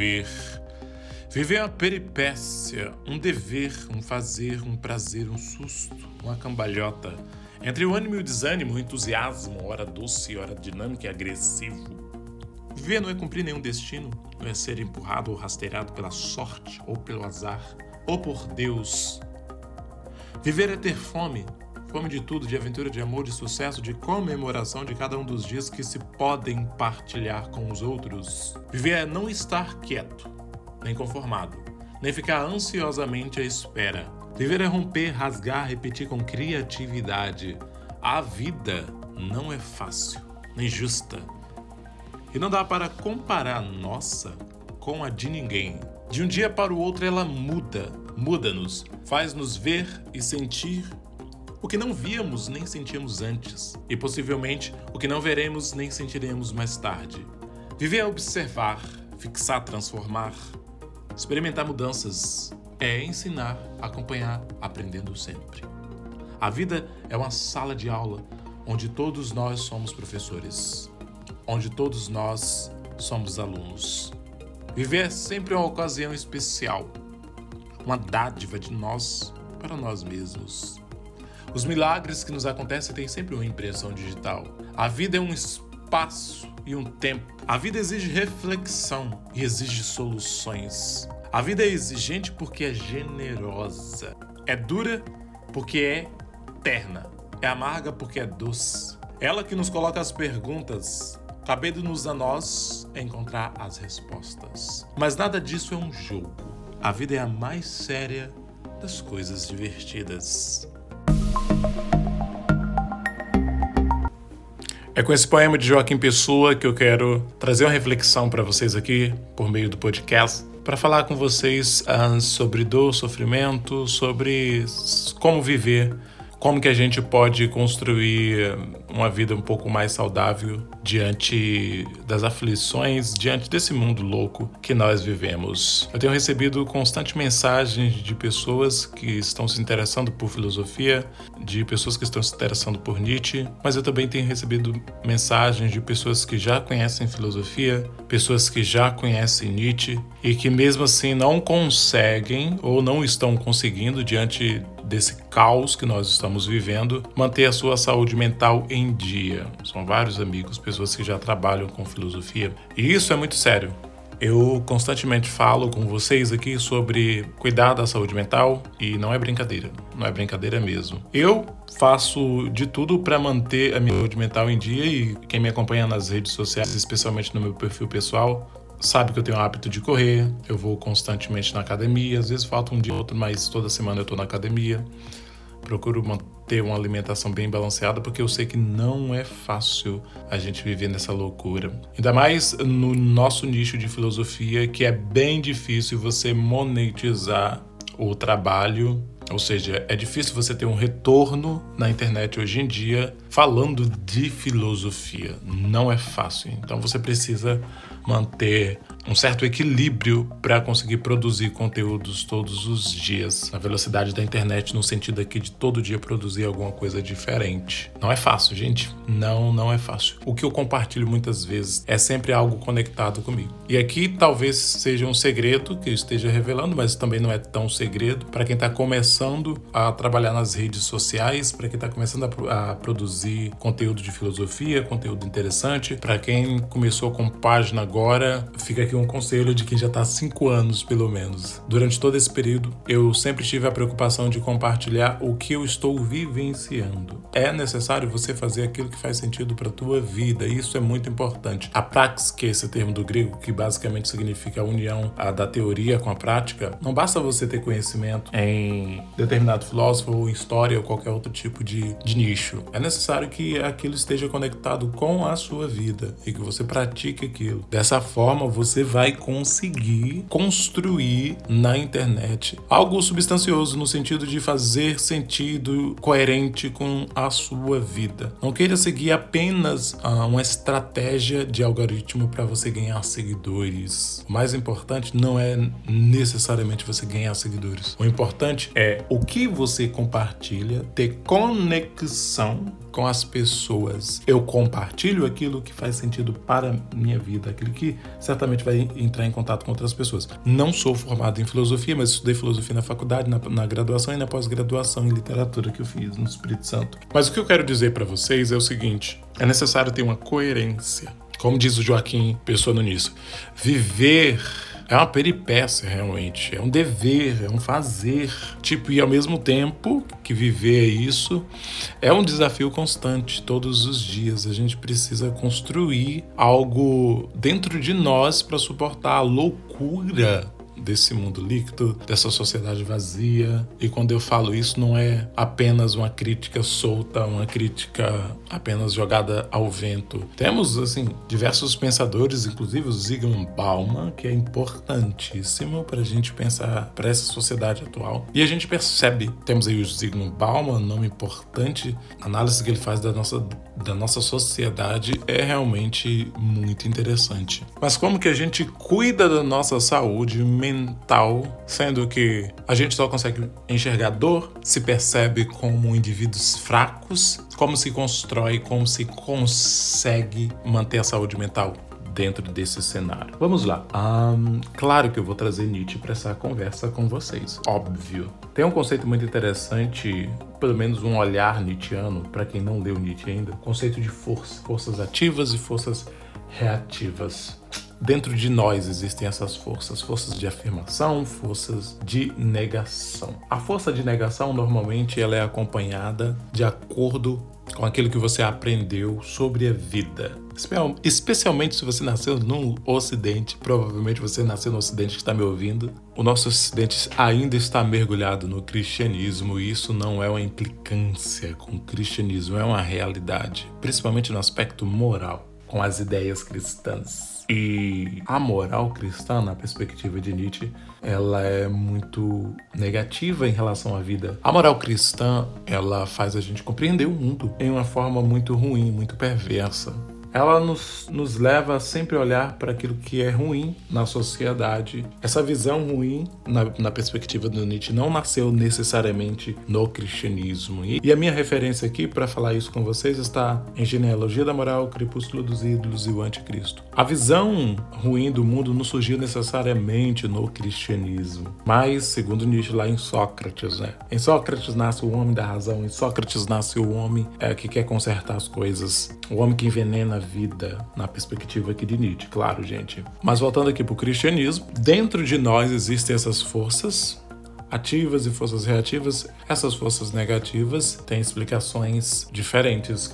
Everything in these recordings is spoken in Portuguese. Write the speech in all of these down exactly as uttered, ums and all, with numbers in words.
viver. Viver é uma peripécia, um dever, um fazer, um prazer, um susto, uma cambalhota. Entre o ânimo e o desânimo, o entusiasmo, hora doce, hora dinâmico e agressivo. Viver não é cumprir nenhum destino, não é ser empurrado ou rasteirado pela sorte, ou pelo azar, ou por Deus. Viver é ter fome, fome de tudo, de aventura, de amor, de sucesso, de comemoração de cada um dos dias que se podem partilhar com os outros. Viver é não estar quieto, nem conformado, nem ficar ansiosamente à espera. Viver é romper, rasgar, repetir com criatividade. A vida não é fácil, nem justa. E não dá para comparar a nossa com a de ninguém. De um dia para o outro ela muda, muda-nos, faz-nos ver e sentir o que não víamos nem sentíamos antes. E possivelmente o que não veremos nem sentiremos mais tarde. Viver é observar, fixar, transformar, experimentar mudanças. É ensinar, acompanhar, aprendendo sempre. A vida é uma sala de aula onde todos nós somos professores, onde todos nós somos alunos. Viver é sempre uma ocasião especial, uma dádiva de nós para nós mesmos. Os milagres que nos acontecem têm sempre uma impressão digital. A vida é um espaço e um tempo. A vida exige reflexão e exige soluções. A vida é exigente porque é generosa. É dura porque é terna. É amarga porque é doce. Ela que nos coloca as perguntas, cabendo-nos a nós encontrar as respostas. Mas nada disso é um jogo. A vida é a mais séria das coisas divertidas. É com esse poema de Joaquim Pessoa que eu quero trazer uma reflexão para vocês aqui, por meio do podcast, para falar com vocês ah, sobre dor, sofrimento, sobre como viver, como que a gente pode construir uma vida um pouco mais saudável diante das aflições, diante desse mundo louco que nós vivemos. Eu tenho recebido constantes mensagens de pessoas que estão se interessando por filosofia, de pessoas que estão se interessando por Nietzsche, mas eu também tenho recebido mensagens de pessoas que já conhecem filosofia, pessoas que já conhecem Nietzsche e que mesmo assim não conseguem ou não estão conseguindo, diante desse caos que nós estamos vivendo, manter a sua saúde mental em dia. São vários amigos, pessoas que já trabalham com filosofia. E isso é muito sério. Eu constantemente falo com vocês aqui sobre cuidar da saúde mental e não é brincadeira, não é brincadeira mesmo. Eu faço de tudo para manter a minha saúde mental em dia e quem me acompanha nas redes sociais, especialmente no meu perfil pessoal, sabe que eu tenho o hábito de correr, eu vou constantemente na academia, às vezes falta um dia ou outro, mas toda semana eu estou na academia. Procuro manter uma alimentação bem balanceada, porque eu sei que não é fácil a gente viver nessa loucura. Ainda mais no nosso nicho de filosofia, que é bem difícil você monetizar o trabalho. Ou seja, é difícil você ter um retorno na internet hoje em dia falando de filosofia. Não é fácil. Então você precisa manter um certo equilíbrio para conseguir produzir conteúdos todos os dias. Na velocidade da internet, no sentido aqui de todo dia produzir alguma coisa diferente. Não é fácil, gente. Não, não é fácil. O que eu compartilho muitas vezes é sempre algo conectado comigo. E aqui talvez seja um segredo que eu esteja revelando, mas também não é tão segredo para quem está começando a trabalhar nas redes sociais, para quem está começando a, a produzir conteúdo de filosofia, conteúdo interessante. Para quem começou com página agora, fica aqui um conselho de quem já está há cinco anos, pelo menos. Durante todo esse período, eu sempre tive a preocupação de compartilhar o que eu estou vivenciando. É necessário você fazer aquilo que faz sentido para a tua vida. Isso é muito importante. A praxis, que é esse termo do grego, que basicamente significa a união a, da teoria com a prática, não basta você ter conhecimento em determinado filósofo ou em história ou qualquer outro tipo de, de nicho. É necessário que aquilo esteja conectado com a sua vida e que você pratique aquilo. Dessa forma, você vai conseguir construir na internet algo substancioso no sentido de fazer sentido coerente com a sua vida. Não queira seguir apenas ah, uma estratégia de algoritmo para você ganhar seguidores. O mais importante não é necessariamente você ganhar seguidores. O importante é o que você compartilha, ter conexão com as pessoas. Eu compartilho aquilo que faz sentido para a minha vida, aquilo que certamente vai entrar em contato com outras pessoas. Não sou formado em filosofia, mas estudei filosofia na faculdade, na, na graduação e na pós-graduação em literatura que eu fiz no Espírito Santo. Mas o que eu quero dizer para vocês é o seguinte: é necessário ter uma coerência. Como diz o Joaquim Pessoa no início, viver é uma peripécia, realmente. É um dever, é um fazer. Tipo, e ao mesmo tempo que viver é isso, é um desafio constante, todos os dias. A gente precisa construir algo dentro de nós para suportar a loucura desse mundo líquido, dessa sociedade vazia. E quando eu falo isso, não é apenas uma crítica solta, uma crítica apenas jogada ao vento. Temos, assim, diversos pensadores, inclusive o Zygmunt Bauman, que é importantíssimo para a gente pensar para essa sociedade atual. E a gente percebe, temos aí o Zygmunt Bauman, nome importante, a análise que ele faz da nossa, da nossa sociedade é realmente muito interessante. Mas como que a gente cuida da nossa saúde mental, sendo que a gente só consegue enxergar dor, se percebe como indivíduos fracos, como se constrói, como se consegue manter a saúde mental dentro desse cenário. Vamos lá. Um, claro que eu vou trazer Nietzsche para essa conversa com vocês, óbvio. Tem um conceito muito interessante, pelo menos um olhar nietzschiano, para quem não leu Nietzsche ainda, o conceito de força, forças ativas e forças reativas. Dentro de nós existem essas forças, forças de afirmação, forças de negação. A força de negação, normalmente, ela é acompanhada de acordo com aquilo que você aprendeu sobre a vida. Especialmente se você nasceu no Ocidente, provavelmente você nasceu no Ocidente que está me ouvindo. O nosso Ocidente ainda está mergulhado no cristianismo e isso não é uma implicância com o cristianismo, é uma realidade, principalmente no aspecto moral, com as ideias cristãs. E a moral cristã, na perspectiva de Nietzsche, ela é muito negativa em relação à vida. A moral cristã, ela faz a gente compreender o mundo em uma forma muito ruim, muito perversa. Ela nos, nos leva a sempre olhar para aquilo que é ruim na sociedade. Essa visão ruim, na, na perspectiva do Nietzsche, não nasceu necessariamente no cristianismo. E, e a minha referência aqui para falar isso com vocês está em Genealogia da Moral, Crepúsculo dos Ídolos e o Anticristo. A visão ruim do mundo não surgiu necessariamente no cristianismo, mas, segundo Nietzsche, lá em Sócrates, né? Em Sócrates nasce o homem da razão, em Sócrates nasce o homem é, que quer consertar as coisas, o homem que envenena vida, na perspectiva aqui de Nietzsche, claro, gente. Mas voltando aqui para o cristianismo, dentro de nós existem essas forças ativas e forças reativas. Essas forças negativas têm explicações diferentes.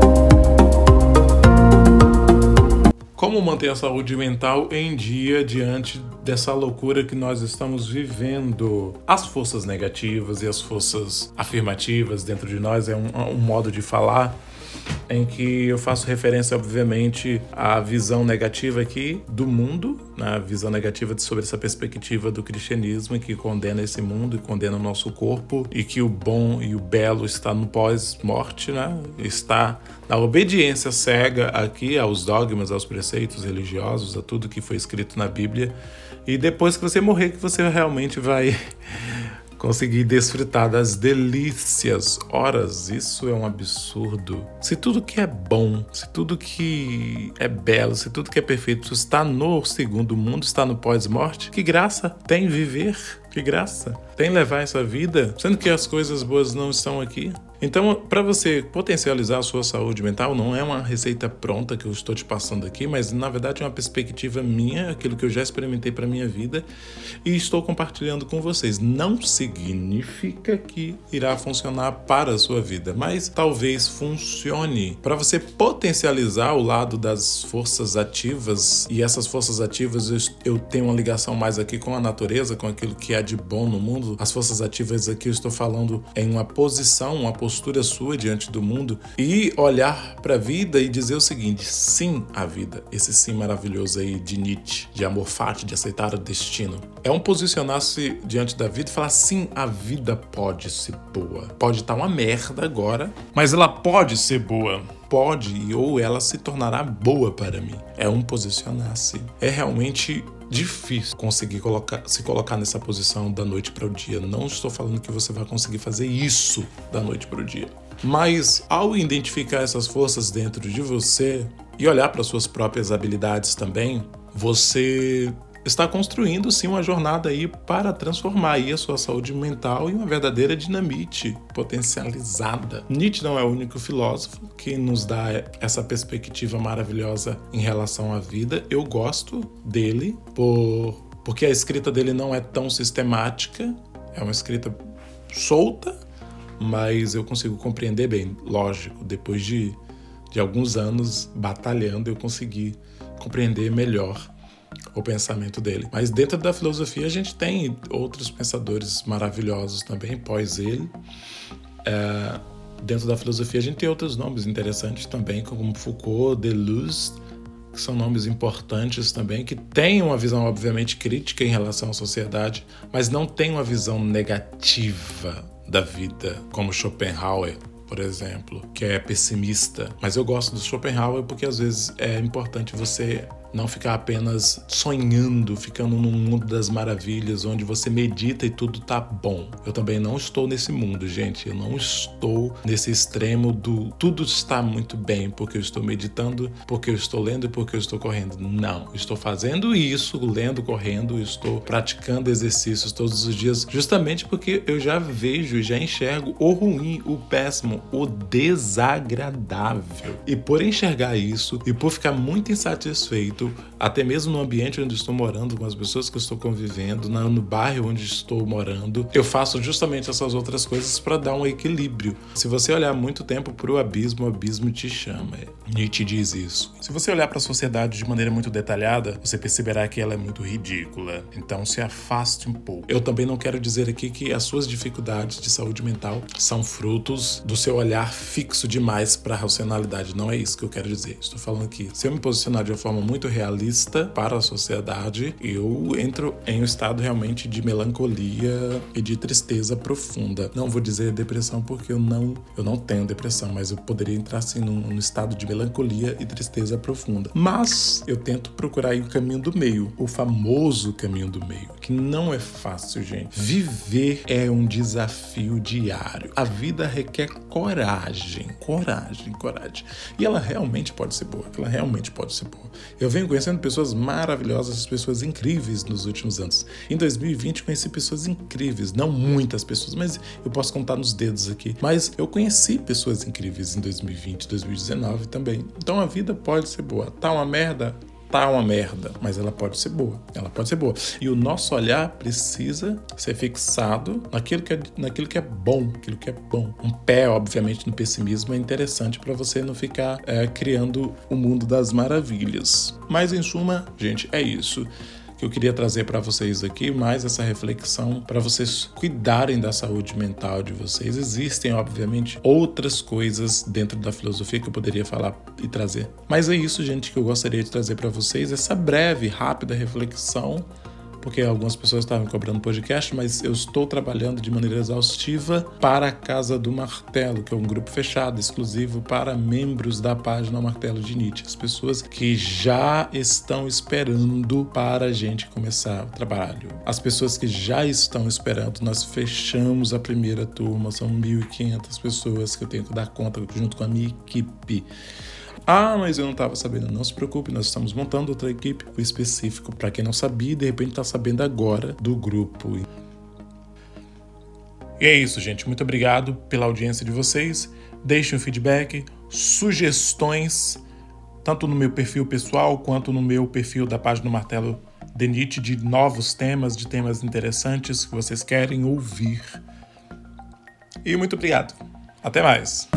Como manter a saúde mental em dia diante dessa loucura que nós estamos vivendo? As forças negativas e as forças afirmativas dentro de nós é um, um modo de falar em que eu faço referência, obviamente, à visão negativa aqui do mundo, né? A visão negativa sobre essa perspectiva do cristianismo que condena esse mundo e condena o nosso corpo e que o bom e o belo está no pós-morte, né? Está na obediência cega aqui aos dogmas, aos preceitos religiosos, a tudo que foi escrito na Bíblia. E depois que você morrer, que você realmente vai conseguir desfrutar das delícias. Horas, isso é um absurdo. Se tudo que é bom, se tudo que é belo, se tudo que é perfeito está no segundo mundo, está no pós-morte, que graça tem viver? Que graça tem levar essa vida, sendo que as coisas boas não estão aqui? Então, para você potencializar a sua saúde mental, não é uma receita pronta que eu estou te passando aqui, mas na verdade é uma perspectiva minha, aquilo que eu já experimentei para minha vida e estou compartilhando com vocês. Não significa que irá funcionar para a sua vida, mas talvez funcione para você potencializar o lado das forças ativas. E essas forças ativas eu, eu tenho uma ligação mais aqui com a natureza, com aquilo que há de bom no mundo. As forças ativas aqui eu estou falando em uma posição, uma postura sua diante do mundo e olhar para a vida e dizer o seguinte: sim à vida. Esse sim maravilhoso aí de Nietzsche, de amor fati, de aceitar o destino. É um posicionar-se diante da vida e falar: sim, a vida pode ser boa. Pode estar uma merda agora, mas ela pode ser boa. Pode, ou ela se tornará boa para mim. É um posicionar-se. É realmente difícil conseguir colocar, se colocar nessa posição da noite para o dia. Não estou falando que você vai conseguir fazer isso da noite para o dia. Mas ao identificar essas forças dentro de você e olhar para suas próprias habilidades também, você está construindo sim uma jornada aí para transformar aí a sua saúde mental em uma verdadeira dinamite potencializada. Nietzsche não é o único filósofo que nos dá essa perspectiva maravilhosa em relação à vida. Eu gosto dele por, porque a escrita dele não é tão sistemática, é uma escrita solta, mas eu consigo compreender bem. Lógico, depois de, de alguns anos batalhando, eu consegui compreender melhor o pensamento dele. Mas dentro da filosofia a gente tem outros pensadores maravilhosos também, pós ele. É, dentro da filosofia a gente tem outros nomes interessantes também, como Foucault, Deleuze, que são nomes importantes também, que têm uma visão obviamente crítica em relação à sociedade, mas não tem uma visão negativa da vida, como Schopenhauer, por exemplo, que é pessimista. Mas eu gosto do Schopenhauer porque às vezes é importante você não ficar apenas sonhando, ficando num mundo das maravilhas, onde você medita e tudo tá bom. Eu também não estou nesse mundo, gente. Eu não estou nesse extremo do tudo está muito bem, porque eu estou meditando, porque eu estou lendo e porque eu estou correndo. Não, eu estou fazendo isso, lendo, correndo, estou praticando exercícios todos os dias, justamente porque eu já vejo e já enxergo o ruim, o péssimo, o desagradável. E por enxergar isso e por ficar muito insatisfeito, até mesmo no ambiente onde estou morando, com as pessoas que eu estou convivendo, no bairro onde estou morando, eu faço justamente essas outras coisas para dar um equilíbrio. Se você olhar muito tempo para o abismo, o abismo te chama. Nietzsche diz isso. Se você olhar para a sociedade de maneira muito detalhada, você perceberá que ela é muito ridícula. Então se afaste um pouco. Eu também não quero dizer aqui que as suas dificuldades de saúde mental são frutos do seu olhar fixo demais para a racionalidade. Não é isso que eu quero dizer. Estou falando que se eu me posicionar de uma forma muito realista para a sociedade, eu entro em um estado realmente de melancolia e de tristeza profunda. Não vou dizer depressão porque eu não, eu não tenho depressão, mas eu poderia entrar assim num, num estado de melancolia e tristeza profunda. Mas eu tento procurar aí o caminho do meio, o famoso caminho do meio, que não é fácil, gente. Viver é um desafio diário. A vida requer coragem, coragem, coragem. E ela realmente pode ser boa, ela realmente pode ser boa. Eu venho conhecendo pessoas maravilhosas, pessoas incríveis nos últimos anos. Em dois mil e vinte conheci pessoas incríveis, não muitas pessoas, mas eu posso contar nos dedos aqui. Mas eu conheci pessoas incríveis em dois mil e vinte, dois mil e dezenove também. Então a vida pode ser boa. Tá uma merda? Tá uma merda, mas ela pode ser boa, ela pode ser boa. E o nosso olhar precisa ser fixado naquilo que é, naquilo que é bom, aquilo que é bom. Um pé, obviamente, no pessimismo é interessante para você não ficar é, criando o mundo das maravilhas. Mas, em suma, gente, é isso que eu queria trazer para vocês aqui, mais essa reflexão para vocês cuidarem da saúde mental de vocês. Existem, obviamente, outras coisas dentro da filosofia que eu poderia falar e trazer. Mas é isso, gente, que eu gostaria de trazer para vocês, essa breve, rápida reflexão, porque algumas pessoas estavam cobrando podcast, mas eu estou trabalhando de maneira exaustiva para a Casa do Martelo, que é um grupo fechado, exclusivo para membros da página Martelo de Nietzsche. As pessoas que já estão esperando para a gente começar o trabalho. As pessoas que já estão esperando, nós fechamos a primeira turma, são mil e quinhentas pessoas que eu tenho que dar conta junto com a minha equipe. Ah, mas eu não estava sabendo. Não se preocupe, nós estamos montando outra equipe específica para quem não sabia e de repente está sabendo agora do grupo. E é isso, gente. Muito obrigado pela audiência de vocês. Deixem um feedback, sugestões, tanto no meu perfil pessoal quanto no meu perfil da página do Martelo de Nietzsche, de novos temas, de temas interessantes que vocês querem ouvir. E muito obrigado. Até mais.